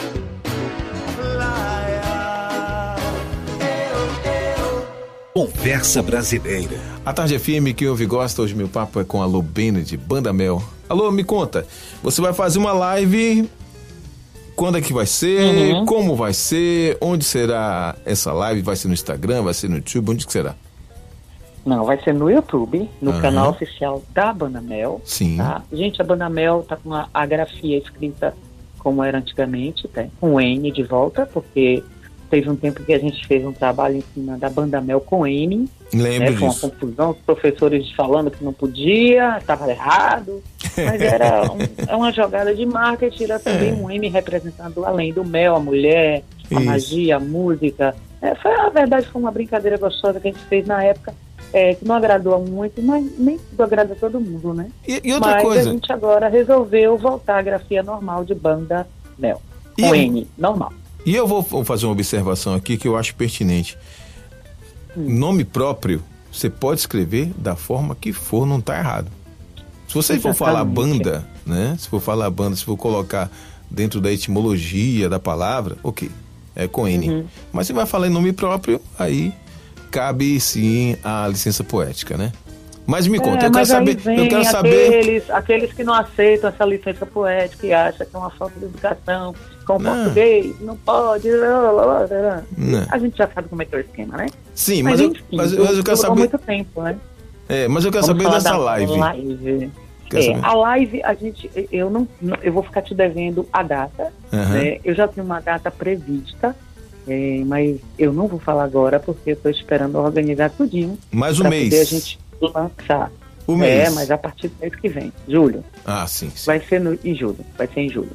Speaker 7: laia, eu, eu.
Speaker 1: Conversa Brasileira.
Speaker 3: A Tarde F M, quem ouve gosta, hoje meu papo é com a Alô Bened, Banda Mel. Alô, me conta, você vai fazer uma live, quando é que vai ser,
Speaker 4: Uhum.
Speaker 3: como vai ser, onde será essa live, vai ser no Instagram, vai ser no YouTube, onde que será?
Speaker 4: Não, vai ser no YouTube, no
Speaker 3: Aham.
Speaker 4: canal oficial da Banda Mel.
Speaker 3: Sim.
Speaker 4: Tá? Gente, a Banda Mel tá com a, a grafia escrita como era antigamente, né? Com o N de volta, porque teve um tempo que a gente fez um trabalho em cima da banda Mel com N.
Speaker 3: Lembro
Speaker 4: né? Foi uma
Speaker 3: disso.
Speaker 4: confusão, os professores falando que não podia, estava errado, mas era um, é uma jogada de marketing, era também
Speaker 3: É.
Speaker 4: um M representando além do Mel, a mulher, a
Speaker 3: Isso.
Speaker 4: magia, a música. É, foi, na verdade, foi uma brincadeira gostosa que a gente fez na época, é, que não agradou muito, mas nem tudo agrada a todo mundo, né?
Speaker 3: E, e outra
Speaker 4: mas
Speaker 3: coisa,
Speaker 4: a gente agora resolveu voltar à grafia normal de banda Mel, com
Speaker 3: E-
Speaker 4: N, normal.
Speaker 3: e eu vou vou fazer uma observação aqui que eu acho pertinente.
Speaker 4: Hum.
Speaker 3: Nome próprio, você pode escrever da forma que for, não tá errado. Se você for falar
Speaker 4: Exatamente.
Speaker 3: banda, né? Se for falar banda, se for colocar dentro da etimologia da palavra, ok, é com N.
Speaker 4: Uhum.
Speaker 3: Mas se vai falar em nome próprio, aí cabe sim a licença poética, né? Mas me conta,
Speaker 4: É,
Speaker 3: eu quero
Speaker 4: mas aí
Speaker 3: saber,
Speaker 4: vem
Speaker 3: eu quero saber.
Speaker 4: aqueles, aqueles que não aceitam essa licença poética e acham que é uma falta de educação com o
Speaker 3: Não.
Speaker 4: português, não pode. Lá, lá, lá, lá.
Speaker 3: Não.
Speaker 4: A gente já sabe como é que é o esquema, né?
Speaker 3: Sim, mas, eu,
Speaker 4: enfim,
Speaker 3: mas, eu- mas eu quero
Speaker 4: durou
Speaker 3: saber.
Speaker 4: muito tempo, né?
Speaker 3: É, mas eu quero
Speaker 4: Vamos
Speaker 3: saber
Speaker 4: falar
Speaker 3: dessa
Speaker 4: da
Speaker 3: live.
Speaker 4: live.
Speaker 3: Quer
Speaker 4: É,
Speaker 3: saber?
Speaker 4: a live, a gente, eu não, não- eu vou ficar te devendo a data,
Speaker 3: Aham.
Speaker 4: né? Eu já tenho uma data prevista, é, mas eu não vou falar agora porque eu estou esperando organizar tudinho
Speaker 3: Mais um
Speaker 4: para
Speaker 3: mês.
Speaker 4: poder a gente lançar.
Speaker 3: O
Speaker 4: É,
Speaker 3: mês.
Speaker 4: mas a partir do mês que vem, julho.
Speaker 3: Ah, sim, sim.
Speaker 4: Vai ser no, em julho, vai ser em julho.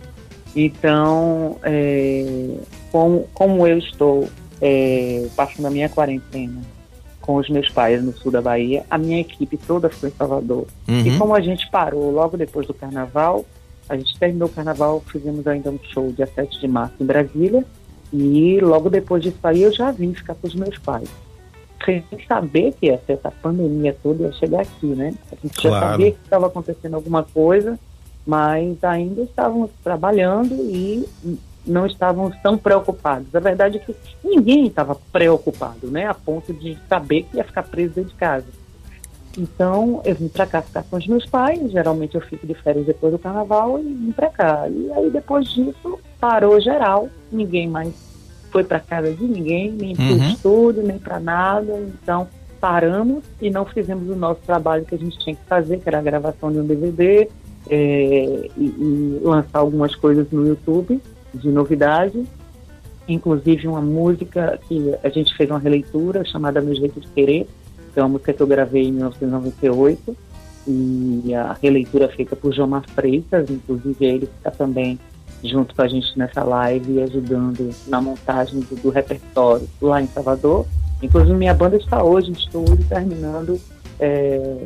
Speaker 4: Então, é, como, como eu estou é, passando a minha quarentena com os meus pais no sul da Bahia, a minha equipe toda ficou em Salvador.
Speaker 3: Uhum.
Speaker 4: E como a gente parou logo depois do carnaval, a gente terminou o carnaval, fizemos ainda um show dia sete de março em Brasília, e logo depois disso aí eu já vim ficar com os meus pais. Sem saber que ia ser essa pandemia toda ia chegar aqui, né? A gente já
Speaker 3: Claro.
Speaker 4: sabia que estava acontecendo alguma coisa, mas ainda estávamos trabalhando e não estávamos tão preocupados. A verdade é que ninguém estava preocupado, né? A ponto de saber que ia ficar preso dentro de casa. Então, eu vim para cá ficar com os meus pais. Geralmente eu fico de férias depois do carnaval e vim para cá. E aí, depois disso, parou geral. Ninguém mais foi para casa de ninguém, nem para o
Speaker 3: Uhum.
Speaker 4: estúdio, nem para nada. Então, paramos e não fizemos o nosso trabalho que a gente tinha que fazer, que era a gravação de um D V D é, e, e lançar algumas coisas no YouTube de novidade. Inclusive uma música que a gente fez uma releitura chamada Meu Jeito de Querer, que é uma música que eu gravei em mil novecentos e noventa e oito, e a releitura é feita por Jomar Freitas, inclusive ele que está também junto com a gente nessa live e ajudando na montagem do, do repertório lá em Salvador. Inclusive minha banda está hoje em estúdio terminando é,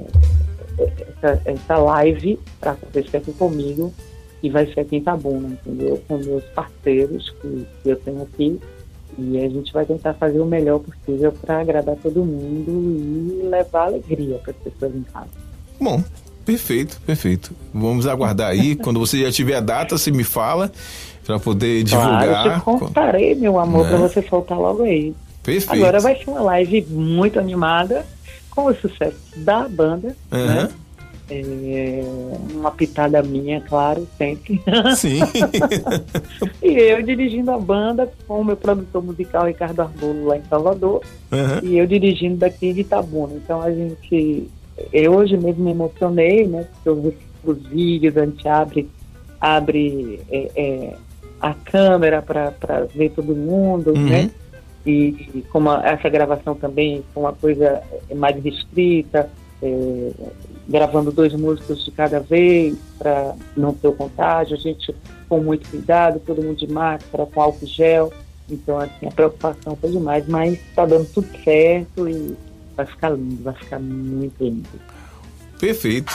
Speaker 4: essa, essa live para acontecer aqui comigo, e vai ser aqui em Itabuna, entendeu? Com meus parceiros que, que eu tenho aqui. E a gente vai tentar fazer o melhor possível para agradar todo mundo e levar alegria para as pessoas em casa.
Speaker 3: Bom, perfeito, perfeito. Vamos aguardar aí. Quando você já tiver a data, você me fala para poder divulgar.
Speaker 4: Claro, eu te contarei, meu amor,
Speaker 3: Né?
Speaker 4: para você soltar logo aí.
Speaker 3: Perfeito.
Speaker 4: Agora vai ser uma live muito animada, com o sucesso da banda,
Speaker 3: Aham.
Speaker 4: né? É, uma pitada minha, claro, sempre.
Speaker 3: Sim.
Speaker 4: E eu dirigindo a banda com o meu produtor musical Ricardo Arbolo lá em Salvador,
Speaker 3: Aham.
Speaker 4: e eu dirigindo daqui de Itabuna. Então a gente, eu hoje mesmo me emocionei, né? Porque eu vi os vídeos, a gente abre, abre é, é, a câmera para ver todo mundo,
Speaker 3: Uhum.
Speaker 4: né? E, e como a, essa gravação também foi uma coisa mais restrita, é, gravando dois músicos de cada vez para não ter o contágio, a gente com muito cuidado, todo mundo de máscara, com álcool gel. Então, assim, a preocupação foi demais, mas está dando tudo certo e vai ficar lindo, vai ficar muito lindo.
Speaker 3: Perfeito.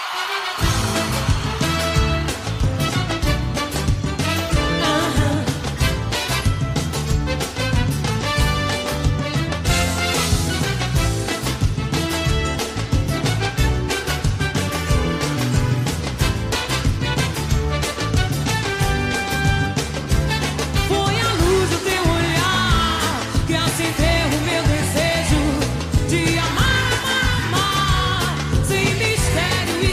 Speaker 5: Foi a luz do teu olhar que acendeu o meu desejo de amar, amar, amar, sem mistério e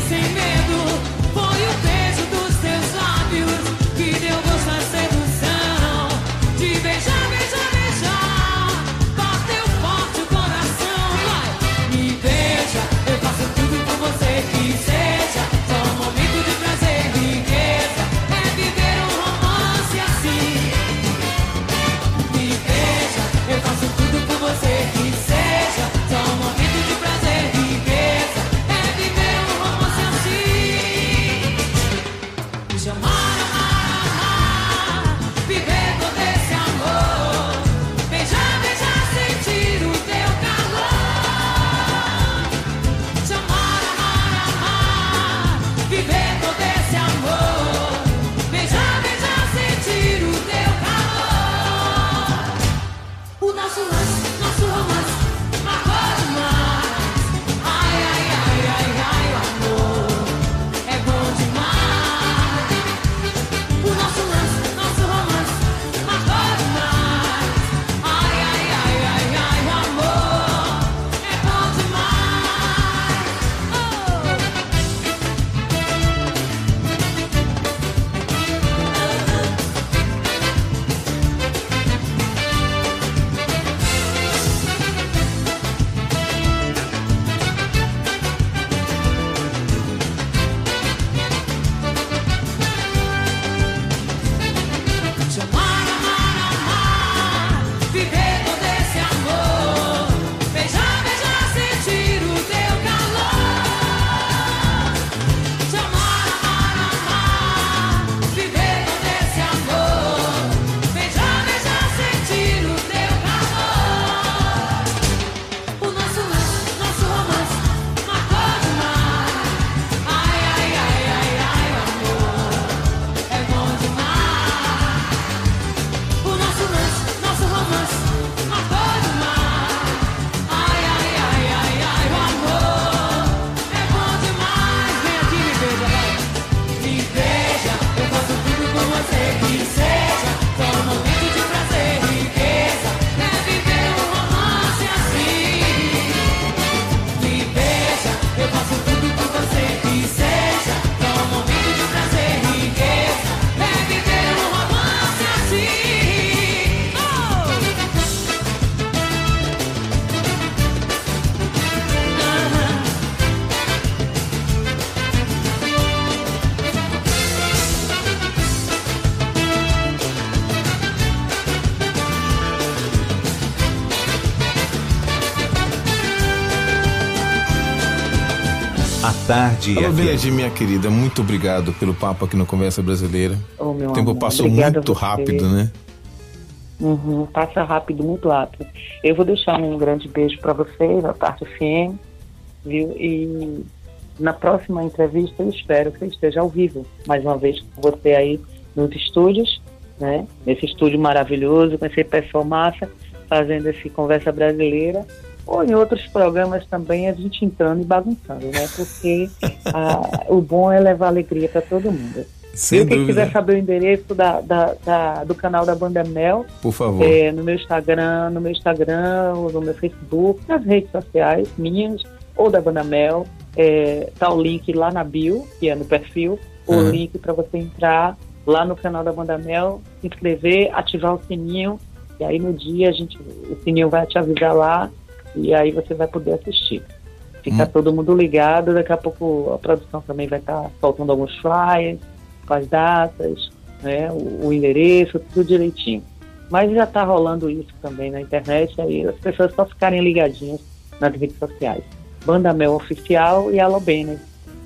Speaker 1: à tarde.
Speaker 3: Alô, Benedinho, minha querida, muito obrigado pelo papo aqui no Conversa Brasileira.
Speaker 4: Oh, meu
Speaker 3: o tempo
Speaker 4: amor,
Speaker 3: passou muito rápido, né?
Speaker 4: Uhum, passa rápido, muito rápido. Eu vou deixar um grande beijo para vocês, a Tarde F M, viu? E na próxima entrevista eu espero que eu esteja ao vivo, mais uma vez com você aí nos estúdios, né? Nesse estúdio maravilhoso, com esse pessoal massa, fazendo esse Conversa Brasileira, ou em outros programas também, a gente entrando e bagunçando, né? Porque a, o bom é levar alegria para todo mundo.
Speaker 3: Sem
Speaker 4: e quem
Speaker 3: dúvida.
Speaker 4: quiser saber o endereço da, da, da, do canal da Banda Mel,
Speaker 3: por favor,
Speaker 4: é, no meu Instagram, no meu Instagram, ou no meu Facebook, nas redes sociais minhas, ou da Banda Mel, é, tá o link lá na bio, que é no perfil, uhum. o link para você entrar lá no canal da Banda Mel, se inscrever, ativar o sininho, e aí no dia a gente, o sininho vai te avisar lá, e aí você vai poder assistir. Fica hum. todo mundo ligado, daqui a pouco a produção também vai estar tá soltando alguns flyers, com as datas, né, o, o endereço, tudo direitinho. Mas já está rolando isso também na internet, aí as pessoas só ficarem ligadinhas nas redes sociais. Banda Mel Oficial e Alô Bened.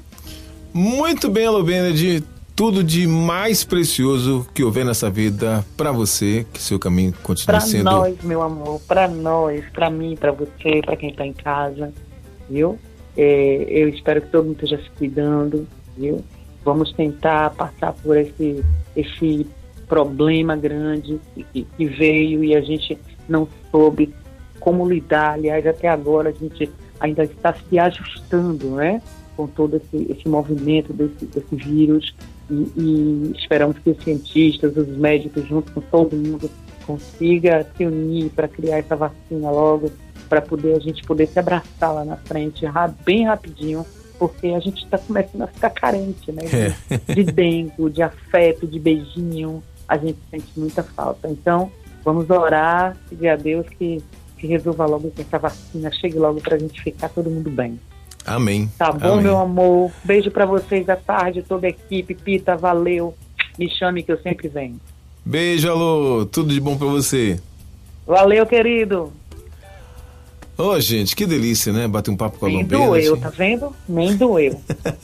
Speaker 3: Muito bem, Alô Bened. Tudo de mais precioso que houver nessa vida para você, que seu caminho continue
Speaker 4: pra
Speaker 3: sendo...
Speaker 4: Para nós, meu amor, para nós, para mim, para você, para quem está em casa, viu? É, eu espero que todo mundo esteja se cuidando, viu? Vamos tentar passar por esse, esse problema grande que, que veio e a gente não soube como lidar. Aliás, até agora a gente ainda está se ajustando, né, com todo esse, esse movimento desse, desse vírus e, e esperamos que os cientistas, os médicos, junto com todo mundo, consiga se unir para criar essa vacina logo, para poder a gente poder se abraçar lá na frente, bem rapidinho, porque a gente está começando a ficar carente, né? De, de dengo, de afeto, de beijinho, a gente sente muita falta. Então, vamos orar, pedir a Deus que, que resolva logo que essa vacina chegue logo pra gente ficar todo mundo bem.
Speaker 3: Amém.
Speaker 4: Tá bom,
Speaker 3: Amém.
Speaker 4: Meu amor? Beijo pra vocês à tarde, toda a equipe. Pita, valeu. Me chame que eu sempre venho.
Speaker 3: Beijo, Alô. Tudo de bom pra você.
Speaker 4: Valeu, querido.
Speaker 3: Ô, oh, gente, que delícia, né? Bater um papo com a Alô Bened.
Speaker 4: Nem doeu, tá vendo? Nem doeu.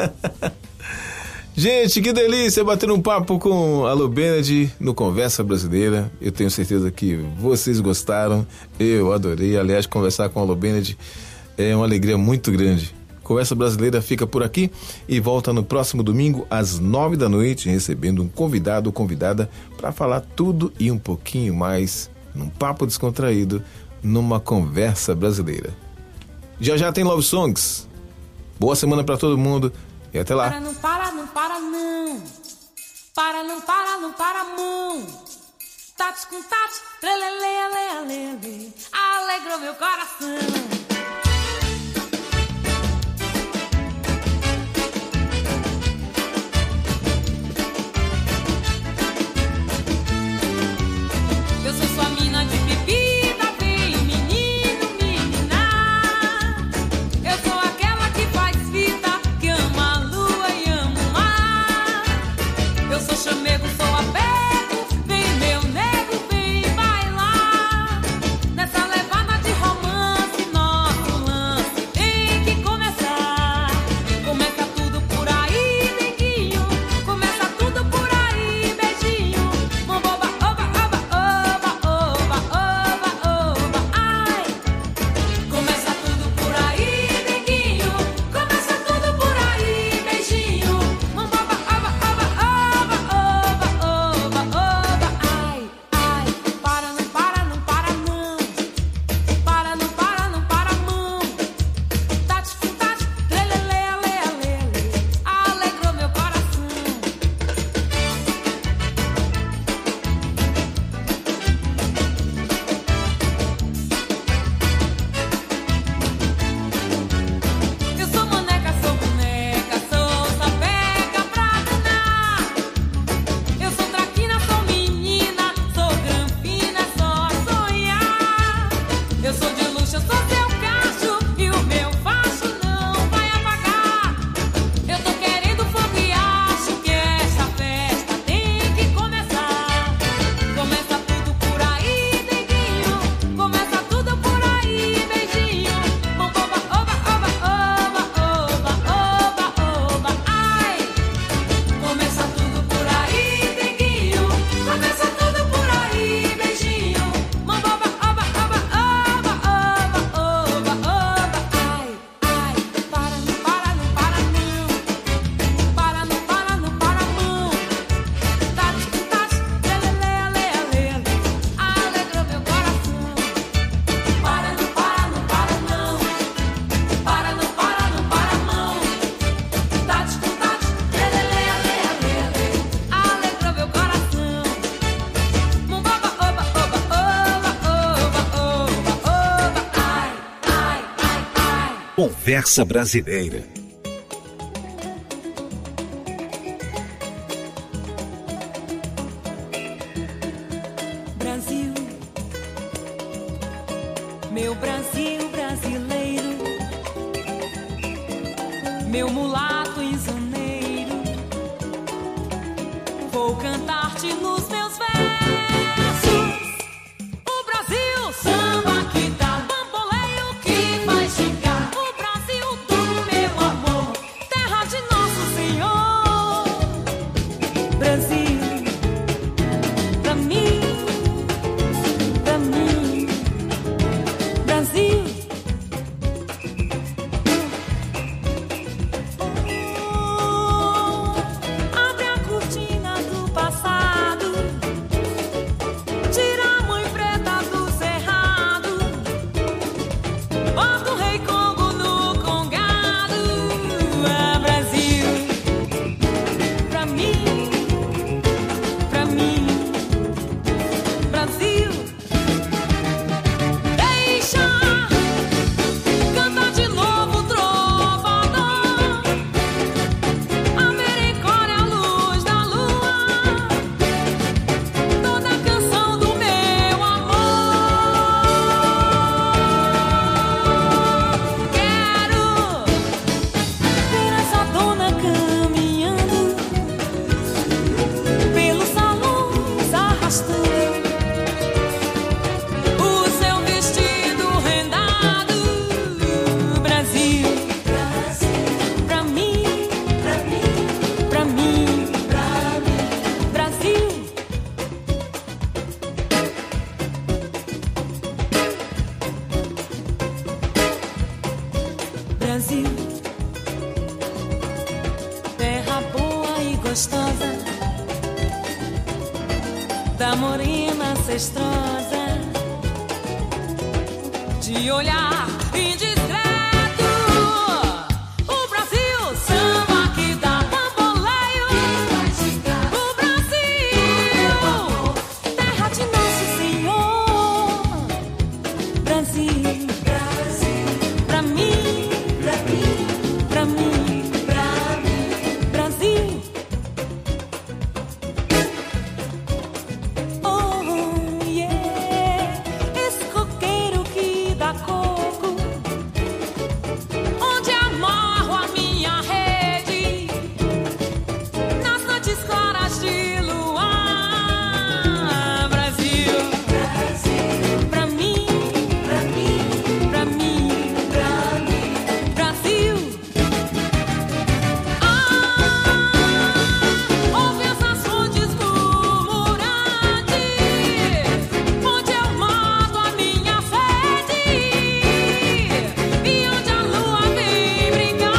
Speaker 3: Gente, que delícia bater um papo com a Alô Bened no Conversa Brasileira. Eu tenho certeza que vocês gostaram. Eu adorei. Aliás, conversar com a Alô Bened é uma alegria muito grande. Conversa Brasileira fica por aqui e volta no próximo domingo às nove da noite, recebendo um convidado ou convidada para falar tudo e um pouquinho mais num papo descontraído, numa Conversa Brasileira. Já já tem Love Songs. Boa semana para todo mundo e até lá.
Speaker 5: Para, não para, não para, não. Para, não para, não para, mão. Tate com tate, trelele, ale, ale, alegrou meu coração. Eu sou sua mina de bebida, vem menino, menina. Eu sou aquela que faz fita, que ama a lua e ama o mar. Eu sou chamego, sou apego, vem meu nego, vem bailar. Nessa levada de romance nós
Speaker 1: Conversa Brasileira.
Speaker 5: Brasil, meu Brasil brasileiro, meu mulato isoneiro, vou cantar-te nos meus versos. O Brasil, samba que dá bamboleio que faz gingar. O Brasil do meu amor, terra de nosso Senhor. Brasil, pra mim, pra mim, Brasil. Oh, abre a cortina do passado, tira a mãe preta do cerrado, bota o rei Congo no congado. Ah, Brasil, pra mim, pra mim, Brasil. Deixa cantar de novo o trovador, a mericória, a luz da lua, toda a canção do meu amor. Quero ver essa dona caminhando pelos salões, arrastando o seu vestido rendado. Brasil, pra mim, pra mim, pra mim, Brasil. Brasil, terra boa e gostosa, da morena cestrosa, de olhar indiscreto. O Brasil, samba que dá bamboleio. O Brasil, terra de nosso Senhor. Brasil, pra mim, pra mim, pra mim, Brasil. Oh, yeah, esse coqueiro que dá coco, onde amarro a minha rede, nas noites claras de luar. Brasil, pra mim, pra mim, pra mim, Brasil. Ah, ouve essas fontes murmurantes, onde eu mato a minha sede e onde a lua vem brincar.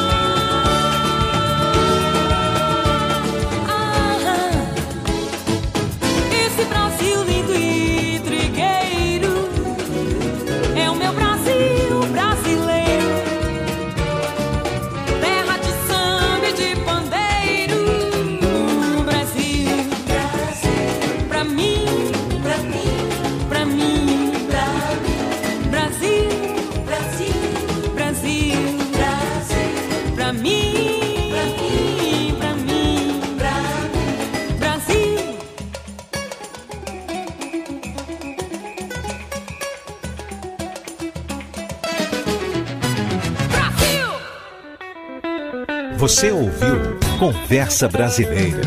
Speaker 5: Ah, esse Brasil lindo e trigueiro é o meu Brasil brasileiro, terra de samba e de pandeiro. Brasil, pra mim, pra mim, pra mim, Brasil, Brasil, Brasil, pra mim, pra mim, pra mim, Brasil. Brasil!
Speaker 1: Você ouviu Conversa Brasileira.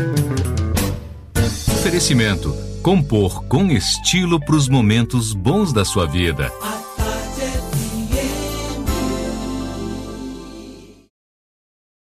Speaker 2: Oferecimento: compor com estilo para os momentos bons da sua vida.